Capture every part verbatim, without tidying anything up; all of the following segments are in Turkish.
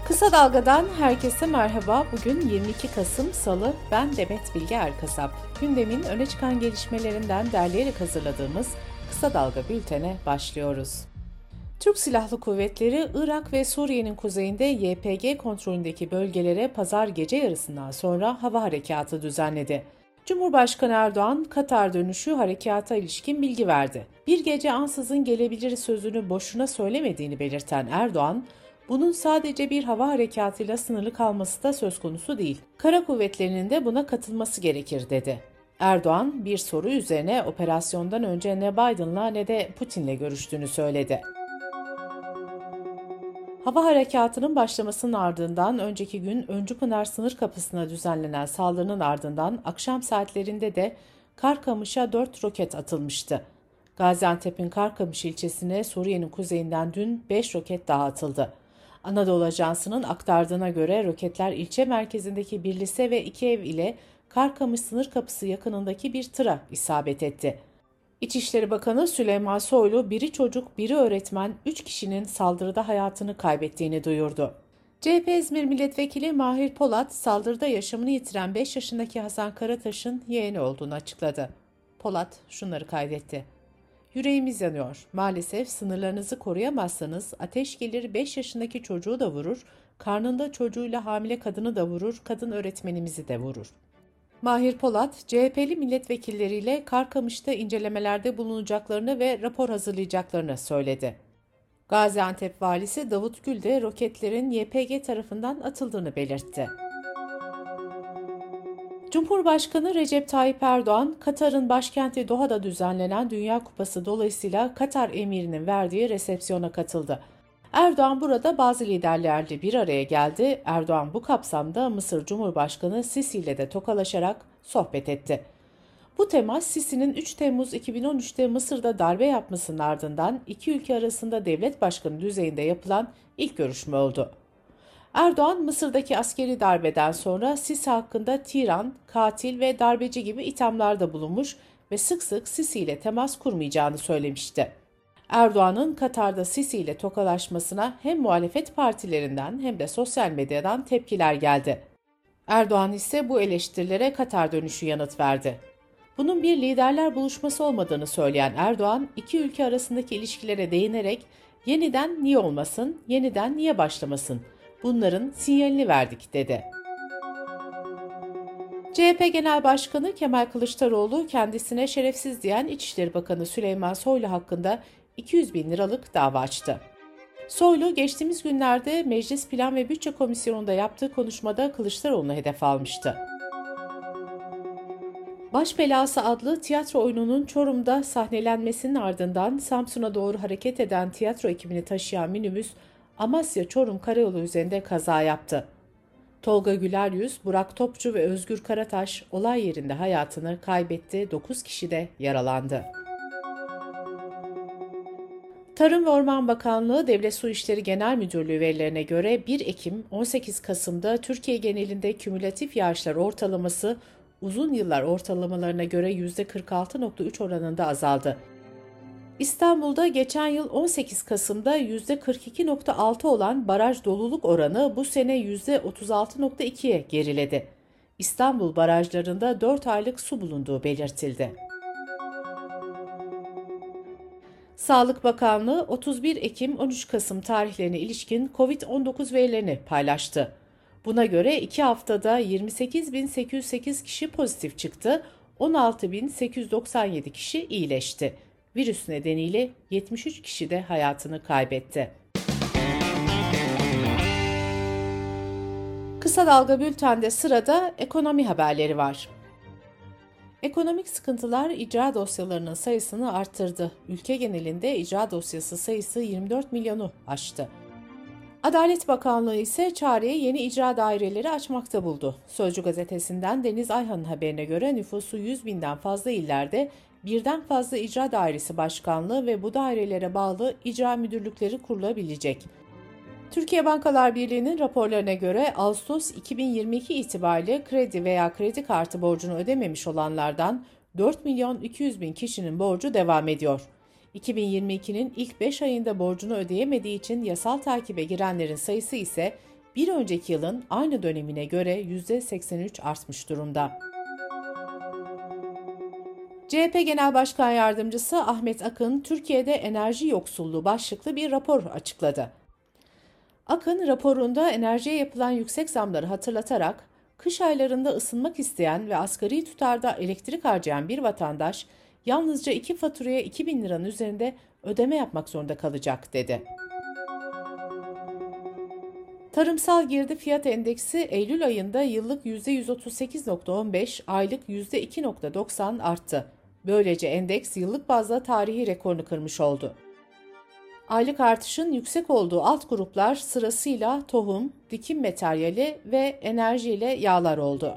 Kısa Dalga'dan herkese merhaba. Bugün yirmi iki Kasım Salı. Ben Demet Bilge Erkasap. Gündemin öne çıkan gelişmelerinden derleyerek hazırladığımız Kısa Dalga bültene başlıyoruz. Türk Silahlı Kuvvetleri, Irak ve Suriye'nin kuzeyinde Y P G kontrolündeki bölgelere pazar gece yarısından sonra hava harekatı düzenledi. Cumhurbaşkanı Erdoğan, Katar dönüşü harekata ilişkin bilgi verdi. Bir gece ansızın gelebilir sözünü boşuna söylemediğini belirten Erdoğan, bunun sadece bir hava harekatıyla sınırlı kalması da söz konusu değil. Kara kuvvetlerinin de buna katılması gerekir dedi. Erdoğan, bir soru üzerine operasyondan önce ne Biden'la ne de Putin'le görüştüğünü söyledi. Hava harekatının başlamasının ardından önceki gün Öncüpınar sınır kapısına düzenlenen saldırının ardından akşam saatlerinde de Karkamış'a dört roket atılmıştı. Gaziantep'in Karkamış ilçesine Suriye'nin kuzeyinden dün beş roket daha atıldı. Anadolu Ajansı'nın aktardığına göre roketler ilçe merkezindeki bir lise ve iki ev ile Karkamış sınır kapısı yakınındaki bir tıra isabet etti. İçişleri Bakanı Süleyman Soylu, biri çocuk, biri öğretmen, üç kişinin saldırıda hayatını kaybettiğini duyurdu. C H P İzmir Milletvekili Mahir Polat, saldırıda yaşamını yitiren beş yaşındaki Hasan Karataş'ın yeğeni olduğunu açıkladı. Polat şunları kaydetti. Yüreğimiz yanıyor. Maalesef sınırlarınızı koruyamazsanız ateş gelir beş yaşındaki çocuğu da vurur, karnında çocuğuyla hamile kadını da vurur, kadın öğretmenimizi de vurur. Mahir Polat, C H P'li milletvekilleriyle Karkamış'ta incelemelerde bulunacaklarını ve rapor hazırlayacaklarını söyledi. Gaziantep valisi Davut Gül de roketlerin Y P G tarafından atıldığını belirtti. Cumhurbaşkanı Recep Tayyip Erdoğan, Katar'ın başkenti Doha'da düzenlenen Dünya Kupası dolayısıyla Katar emirinin verdiği resepsiyona katıldı. Erdoğan burada bazı liderlerle bir araya geldi. Erdoğan bu kapsamda Mısır Cumhurbaşkanı Sisi ile de tokalaşarak sohbet etti. Bu temas Sisi'nin üç Temmuz iki bin on üçte Mısır'da darbe yapmasının ardından iki ülke arasında devlet başkanı düzeyinde yapılan ilk görüşme oldu. Erdoğan, Mısır'daki askeri darbeden sonra Sisi hakkında tiran, katil ve darbeci gibi ithamlarda bulunmuş ve sık sık Sisi ile temas kurmayacağını söylemişti. Erdoğan'ın Katar'da Sisi ile tokalaşmasına hem muhalefet partilerinden hem de sosyal medyadan tepkiler geldi. Erdoğan ise bu eleştirilere Katar dönüşü yanıt verdi. Bunun bir liderler buluşması olmadığını söyleyen Erdoğan, iki ülke arasındaki ilişkilere değinerek yeniden niye olmasın, yeniden niye başlamasın, bunların sinyalini verdik dedi. C H P Genel Başkanı Kemal Kılıçdaroğlu kendisine şerefsiz diyen İçişleri Bakanı Süleyman Soylu hakkında iki yüz bin liralık dava açtı. Soylu geçtiğimiz günlerde Meclis Plan ve Bütçe Komisyonu'nda yaptığı konuşmada Kılıçdaroğlu'nu hedef almıştı. Baş Belası adlı tiyatro oyununun Çorum'da sahnelenmesinin ardından Samsun'a doğru hareket eden tiyatro ekibini taşıyan minibüs Amasya Çorum Karayolu üzerinde kaza yaptı. Tolga Güleryüz, Burak Topçu ve Özgür Karataş olay yerinde hayatını kaybetti, dokuz kişi de yaralandı. Tarım ve Orman Bakanlığı Devlet Su İşleri Genel Müdürlüğü verilerine göre bir Ekim on sekiz Kasım'da Türkiye genelinde kümülatif yağışlar ortalaması uzun yıllar ortalamalarına göre yüzde kırk altı virgül üç oranında azaldı. İstanbul'da geçen yıl on sekiz Kasım'da yüzde kırk iki virgül altı olan baraj doluluk oranı bu sene yüzde otuz altı virgül ikiye geriledi. İstanbul barajlarında dört aylık su bulunduğu belirtildi. Sağlık Bakanlığı otuz bir Ekim on üç Kasım tarihlerine ilişkin kovid on dokuz verilerini paylaştı. Buna göre iki haftada yirmi sekiz bin sekiz yüz sekiz kişi pozitif çıktı, on altı bin sekiz yüz doksan yedi kişi iyileşti. Virüs nedeniyle yetmiş üç kişi de hayatını kaybetti. Kısa Dalga Bülten'de sırada ekonomi haberleri var. Ekonomik sıkıntılar icra dosyalarının sayısını arttırdı. Ülke genelinde icra dosyası sayısı yirmi dört milyonu aştı. Adalet Bakanlığı ise çareye yeni icra daireleri açmakta buldu. Sözcü gazetesinden Deniz Ayhan'ın haberine göre nüfusu yüz binden fazla illerde birden fazla icra dairesi başkanlığı ve bu dairelere bağlı icra müdürlükleri kurulabilecek. Türkiye Bankalar Birliği'nin raporlarına göre Ağustos iki bin yirmi iki itibariyle kredi veya kredi kartı borcunu ödememiş olanlardan dört milyon iki yüz bin kişinin borcu devam ediyor. iki bin yirmi ikinin ilk beş ayında borcunu ödeyemediği için yasal takibe girenlerin sayısı ise bir önceki yılın aynı dönemine göre yüzde seksen üç artmış durumda. C H P Genel Başkan Yardımcısı Ahmet Akın, Türkiye'de enerji yoksulluğu başlıklı bir rapor açıkladı. Akın, raporunda enerjiye yapılan yüksek zamları hatırlatarak, kış aylarında ısınmak isteyen ve asgari tutarda elektrik harcayan bir vatandaş, yalnızca iki faturaya iki bin liranın üzerinde ödeme yapmak zorunda kalacak, dedi. Tarımsal girdi fiyat endeksi Eylül ayında yıllık yüzde yüz otuz sekiz virgül on beş, aylık yüzde iki virgül doksan arttı. Böylece endeks yıllık bazda tarihi rekorunu kırmış oldu. Aylık artışın yüksek olduğu alt gruplar sırasıyla tohum, dikim materyali ve enerji ile yağlar oldu.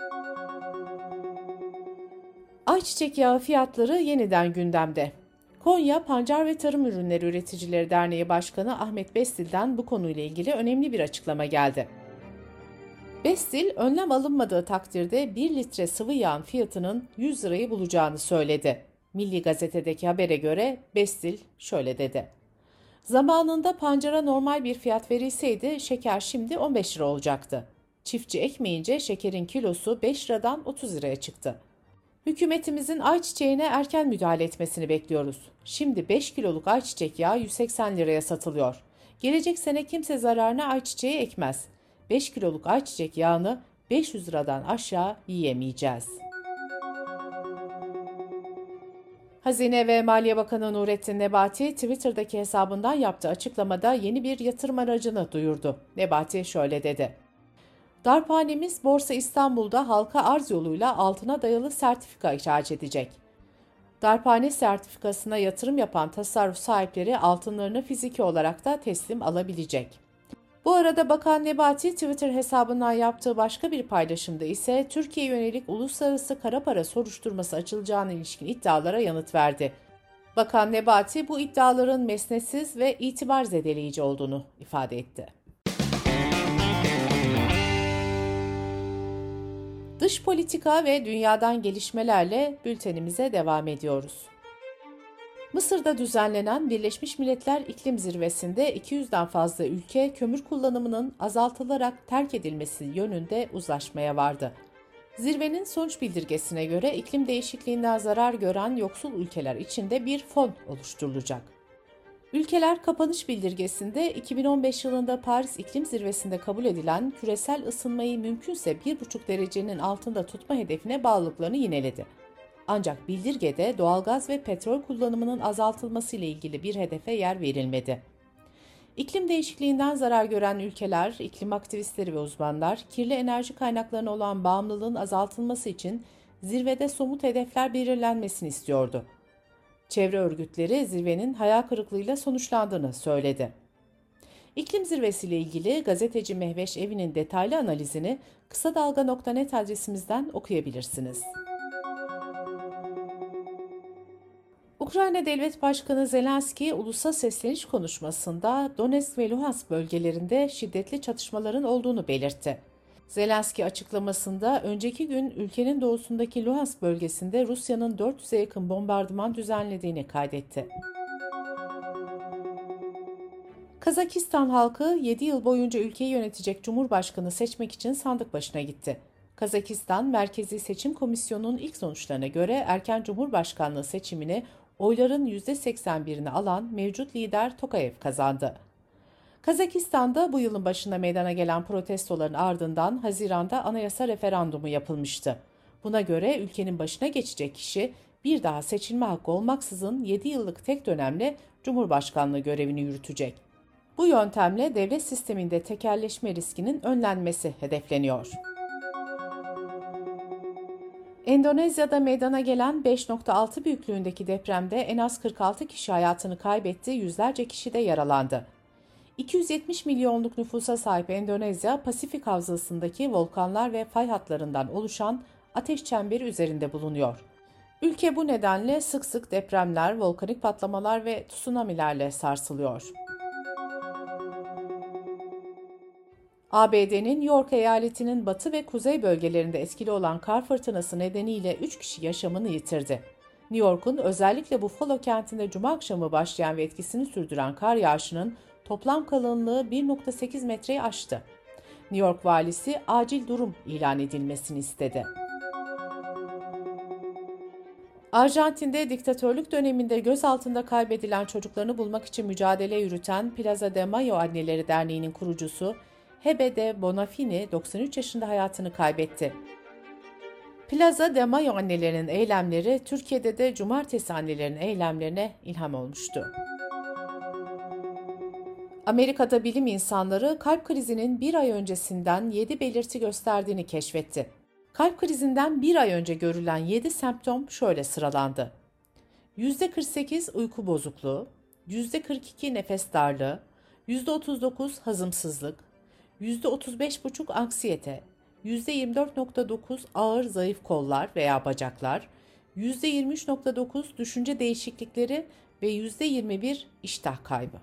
Ayçiçek yağı fiyatları yeniden gündemde. Konya Pancar ve Tarım Ürünleri Üreticileri Derneği Başkanı Ahmet Bestil'den bu konuyla ilgili önemli bir açıklama geldi. Bestil, önlem alınmadığı takdirde bir litre sıvı yağın fiyatının yüz lirayı bulacağını söyledi. Milli Gazete'deki habere göre Bestil şöyle dedi. Zamanında pancara normal bir fiyat verilseydi şeker şimdi on beş lira olacaktı. Çiftçi ekmeyince şekerin kilosu beş liradan otuz liraya çıktı. Hükümetimizin ayçiçeğine erken müdahale etmesini bekliyoruz. Şimdi beş kiloluk ayçiçek yağı yüz seksen liraya satılıyor. Gelecek sene kimse zararına ayçiçeği ekmez. beş kiloluk ayçiçek yağını beş yüz liradan aşağı yiyemeyeceğiz. Hazine ve Maliye Bakanı Nurettin Nebati, Twitter'daki hesabından yaptığı açıklamada yeni bir yatırım aracını duyurdu. Nebati şöyle dedi. Darphanemiz Borsa İstanbul'da halka arz yoluyla altına dayalı sertifika ihraç edecek. Darphane sertifikasına yatırım yapan tasarruf sahipleri altınlarını fiziki olarak da teslim alabilecek. Bu arada Bakan Nebati Twitter hesabından yaptığı başka bir paylaşımda ise Türkiye'ye yönelik uluslararası kara para soruşturması açılacağına ilişkin iddialara yanıt verdi. Bakan Nebati bu iddiaların mesnetsiz ve itibar zedeleyici olduğunu ifade etti. Dış politika ve dünyadan gelişmelerle bültenimize devam ediyoruz. Mısır'da düzenlenen Birleşmiş Milletler İklim Zirvesi'nde iki yüzden fazla ülke kömür kullanımının azaltılarak terk edilmesi yönünde uzlaşmaya vardı. Zirvenin sonuç bildirgesine göre iklim değişikliğinden zarar gören yoksul ülkeler için de bir fon oluşturulacak. Ülkeler kapanış bildirgesinde iki bin on beş yılında Paris İklim Zirvesi'nde kabul edilen küresel ısınmayı mümkünse bir buçuk derecenin altında tutma hedefine bağlılıklarını yineledi. Ancak bildirgede doğalgaz ve petrol kullanımının azaltılması ile ilgili bir hedefe yer verilmedi. İklim değişikliğinden zarar gören ülkeler, iklim aktivistleri ve uzmanlar, kirli enerji kaynaklarına olan bağımlılığın azaltılması için zirvede somut hedefler belirlenmesini istiyordu. Çevre örgütleri zirvenin hayal kırıklığıyla sonuçlandığını söyledi. İklim zirvesiyle ilgili gazeteci Mehveş Evi'nin detaylı analizini kısadalga nokta net adresimizden okuyabilirsiniz. Ukrayna Devlet Başkanı Zelenski, ulusal sesleniş konuşmasında Donetsk ve Luhansk bölgelerinde şiddetli çatışmaların olduğunu belirtti. Zelenski açıklamasında önceki gün ülkenin doğusundaki Luhansk bölgesinde Rusya'nın dört yüze yakın bombardıman düzenlediğini kaydetti. Kazakistan halkı yedi yıl boyunca ülkeyi yönetecek cumhurbaşkanı seçmek için sandık başına gitti. Kazakistan Merkezi Seçim Komisyonu'nun ilk sonuçlarına göre erken cumhurbaşkanlığı seçimini oyların yüzde seksen birini alan mevcut lider Tokayev kazandı. Kazakistan'da bu yılın başında meydana gelen protestoların ardından Haziran'da anayasa referandumu yapılmıştı. Buna göre ülkenin başına geçecek kişi bir daha seçilme hakkı olmaksızın yedi yıllık tek dönemle cumhurbaşkanlığı görevini yürütecek. Bu yöntemle devlet sisteminde tekelleşme riskinin önlenmesi hedefleniyor. Endonezya'da meydana gelen beş nokta altı büyüklüğündeki depremde en az kırk altı kişi hayatını kaybetti, yüzlerce kişi de yaralandı. iki yüz yetmiş milyonluk nüfusa sahip Endonezya, Pasifik Havzası'ndaki volkanlar ve fay hatlarından oluşan ateş çemberi üzerinde bulunuyor. Ülke bu nedenle sık sık depremler, volkanik patlamalar ve tsunamilerle sarsılıyor. A B D'nin New York eyaletinin batı ve kuzey bölgelerinde etkili olan kar fırtınası nedeniyle üç kişi yaşamını yitirdi. New York'un özellikle Buffalo kentinde cuma akşamı başlayan ve etkisini sürdüren kar yağışının toplam kalınlığı bir nokta sekiz metreyi aştı. New York valisi acil durum ilan edilmesini istedi. Arjantin'de diktatörlük döneminde gözaltında kaybedilen çocuklarını bulmak için mücadele yürüten Plaza de Mayo Anneleri Derneği'nin kurucusu Hebe de Bonafini doksan üç yaşında hayatını kaybetti. Plaza de Mayo annelerinin eylemleri Türkiye'de de Cumartesi annelerinin eylemlerine ilham olmuştu. Amerika'da bilim insanları kalp krizinin bir ay öncesinden yedi belirti gösterdiğini keşfetti. Kalp krizinden bir ay önce görülen yedi semptom şöyle sıralandı. yüzde kırk sekiz uyku bozukluğu, yüzde kırk iki nefes darlığı, yüzde otuz dokuz hazımsızlık, yüzde otuz beş virgül beş anksiyete, yüzde yirmi dört virgül dokuz ağır zayıf kollar veya bacaklar, yüzde yirmi üç virgül dokuz düşünce değişiklikleri ve yüzde yirmi bir iştah kaybı.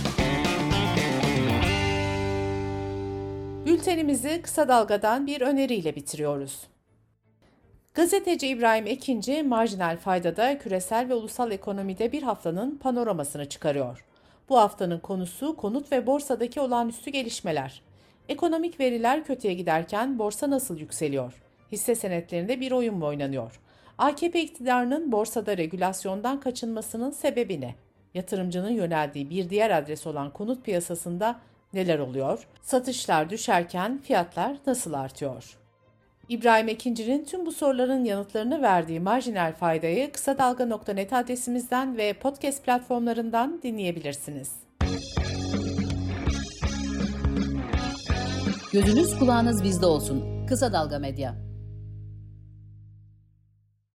Bültenimizi kısa dalgadan bir öneriyle bitiriyoruz. Gazeteci İbrahim Ekinci, Marjinal Fayda'da küresel ve ulusal ekonomide bir haftanın panoramasını çıkarıyor. Bu haftanın konusu konut ve borsadaki olağanüstü gelişmeler. Ekonomik veriler kötüye giderken borsa nasıl yükseliyor? Hisse senetlerinde bir oyun mu oynanıyor? A K P iktidarının borsada regülasyondan kaçınmasının sebebi ne? Yatırımcının yöneldiği bir diğer adres olan konut piyasasında neler oluyor? Satışlar düşerken fiyatlar nasıl artıyor? İbrahim Ekinci'nin tüm bu soruların yanıtlarını verdiği Marjinal Fayda'yı kısa dalga nokta net adresimizden ve podcast platformlarından dinleyebilirsiniz. Gözünüz kulağınız bizde olsun. Kısa Dalga Medya.